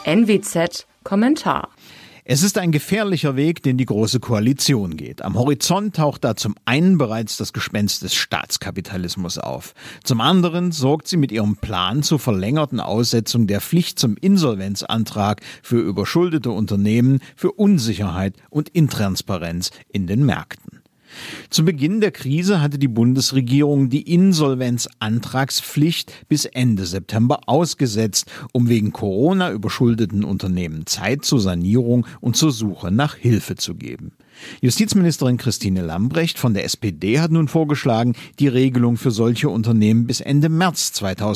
NWZ Kommentar. Es ist ein gefährlicher Weg, den die Große Koalition geht. Am Horizont taucht da zum einen bereits das Gespenst des Staatskapitalismus auf. Zum anderen sorgt sie mit ihrem Plan zur verlängerten Aussetzung der Pflicht zum Insolvenzantrag für überschuldete Unternehmen für Unsicherheit und Intransparenz in den Märkten. Zu Beginn der Krise hatte die Bundesregierung die Insolvenzantragspflicht bis Ende September ausgesetzt, um wegen Corona überschuldeten Unternehmen Zeit zur Sanierung und zur Suche nach Hilfe zu geben. Justizministerin Christine Lambrecht von der SPD hat nun vorgeschlagen, die Regelung für solche Unternehmen bis Ende März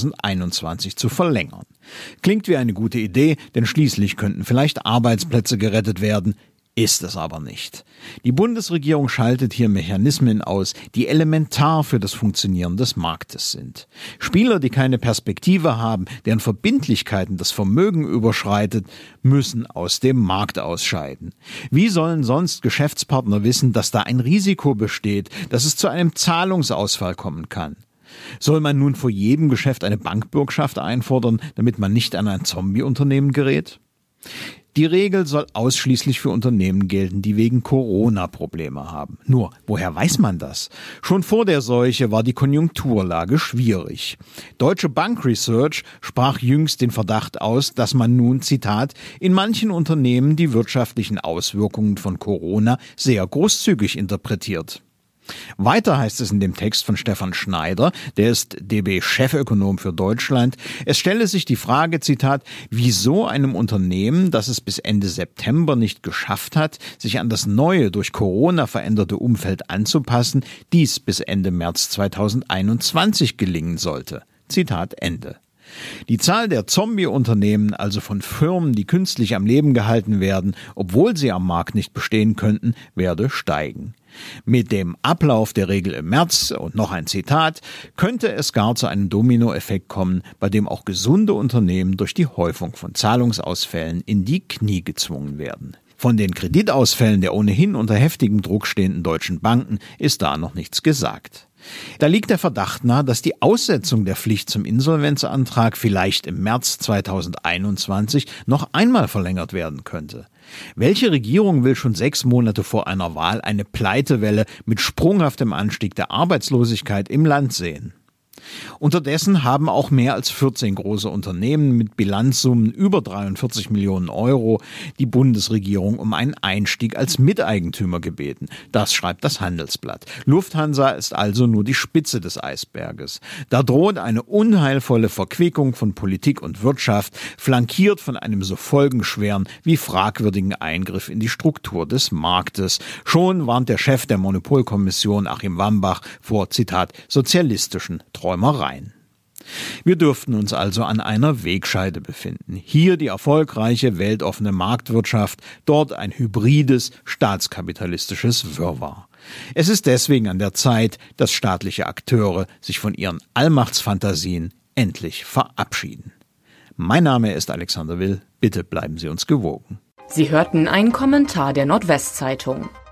2021 zu verlängern. Klingt wie eine gute Idee, denn schließlich könnten vielleicht Arbeitsplätze gerettet werden. Ist es aber nicht. Die Bundesregierung schaltet hier Mechanismen aus, die elementar für das Funktionieren des Marktes sind. Spieler, die keine Perspektive haben, deren Verbindlichkeiten das Vermögen überschreitet, müssen aus dem Markt ausscheiden. Wie sollen sonst Geschäftspartner wissen, dass da ein Risiko besteht, dass es zu einem Zahlungsausfall kommen kann? Soll man nun vor jedem Geschäft eine Bankbürgschaft einfordern, damit man nicht an ein Zombie-Unternehmen gerät? Die Regel soll ausschließlich für Unternehmen gelten, die wegen Corona Probleme haben. Nur, woher weiß man das? Schon vor der Seuche war die Konjunkturlage schwierig. Deutsche Bank Research sprach jüngst den Verdacht aus, dass man nun, Zitat, in manchen Unternehmen die wirtschaftlichen Auswirkungen von Corona sehr großzügig interpretiert. Weiter heißt es in dem Text von Stefan Schneider, der ist DB-Chefökonom für Deutschland, es stelle sich die Frage, Zitat, wieso einem Unternehmen, das es bis Ende September nicht geschafft hat, sich an das neue, durch Corona veränderte Umfeld anzupassen, dies bis Ende März 2021 gelingen sollte. Zitat Ende. Die Zahl der Zombie-Unternehmen, also von Firmen, die künstlich am Leben gehalten werden, obwohl sie am Markt nicht bestehen könnten, werde steigen. Mit dem Ablauf der Regel im März, und noch ein Zitat, könnte es gar zu einem Dominoeffekt kommen, bei dem auch gesunde Unternehmen durch die Häufung von Zahlungsausfällen in die Knie gezwungen werden. Von den Kreditausfällen der ohnehin unter heftigem Druck stehenden deutschen Banken ist da noch nichts gesagt. Da liegt der Verdacht nahe, dass die Aussetzung der Pflicht zum Insolvenzantrag vielleicht im März 2021 noch einmal verlängert werden könnte. Welche Regierung will schon 6 Monate vor einer Wahl eine Pleitewelle mit sprunghaftem Anstieg der Arbeitslosigkeit im Land sehen? Unterdessen haben auch mehr als 14 große Unternehmen mit Bilanzsummen über 43 Millionen Euro die Bundesregierung um einen Einstieg als Miteigentümer gebeten. Das schreibt das Handelsblatt. Lufthansa ist also nur die Spitze des Eisberges. Da droht eine unheilvolle Verquickung von Politik und Wirtschaft, flankiert von einem so folgenschweren wie fragwürdigen Eingriff in die Struktur des Marktes. Schon warnt der Chef der Monopolkommission Achim Wambach vor, Zitat, sozialistischen Träumereien. Wir dürften uns also an einer Wegscheide befinden. Hier die erfolgreiche, weltoffene Marktwirtschaft, dort ein hybrides, staatskapitalistisches Wirrwarr. Es ist deswegen an der Zeit, dass staatliche Akteure sich von ihren Allmachtsfantasien endlich verabschieden. Mein Name ist Alexander Will. Bitte bleiben Sie uns gewogen. Sie hörten einen Kommentar der Nordwestzeitung.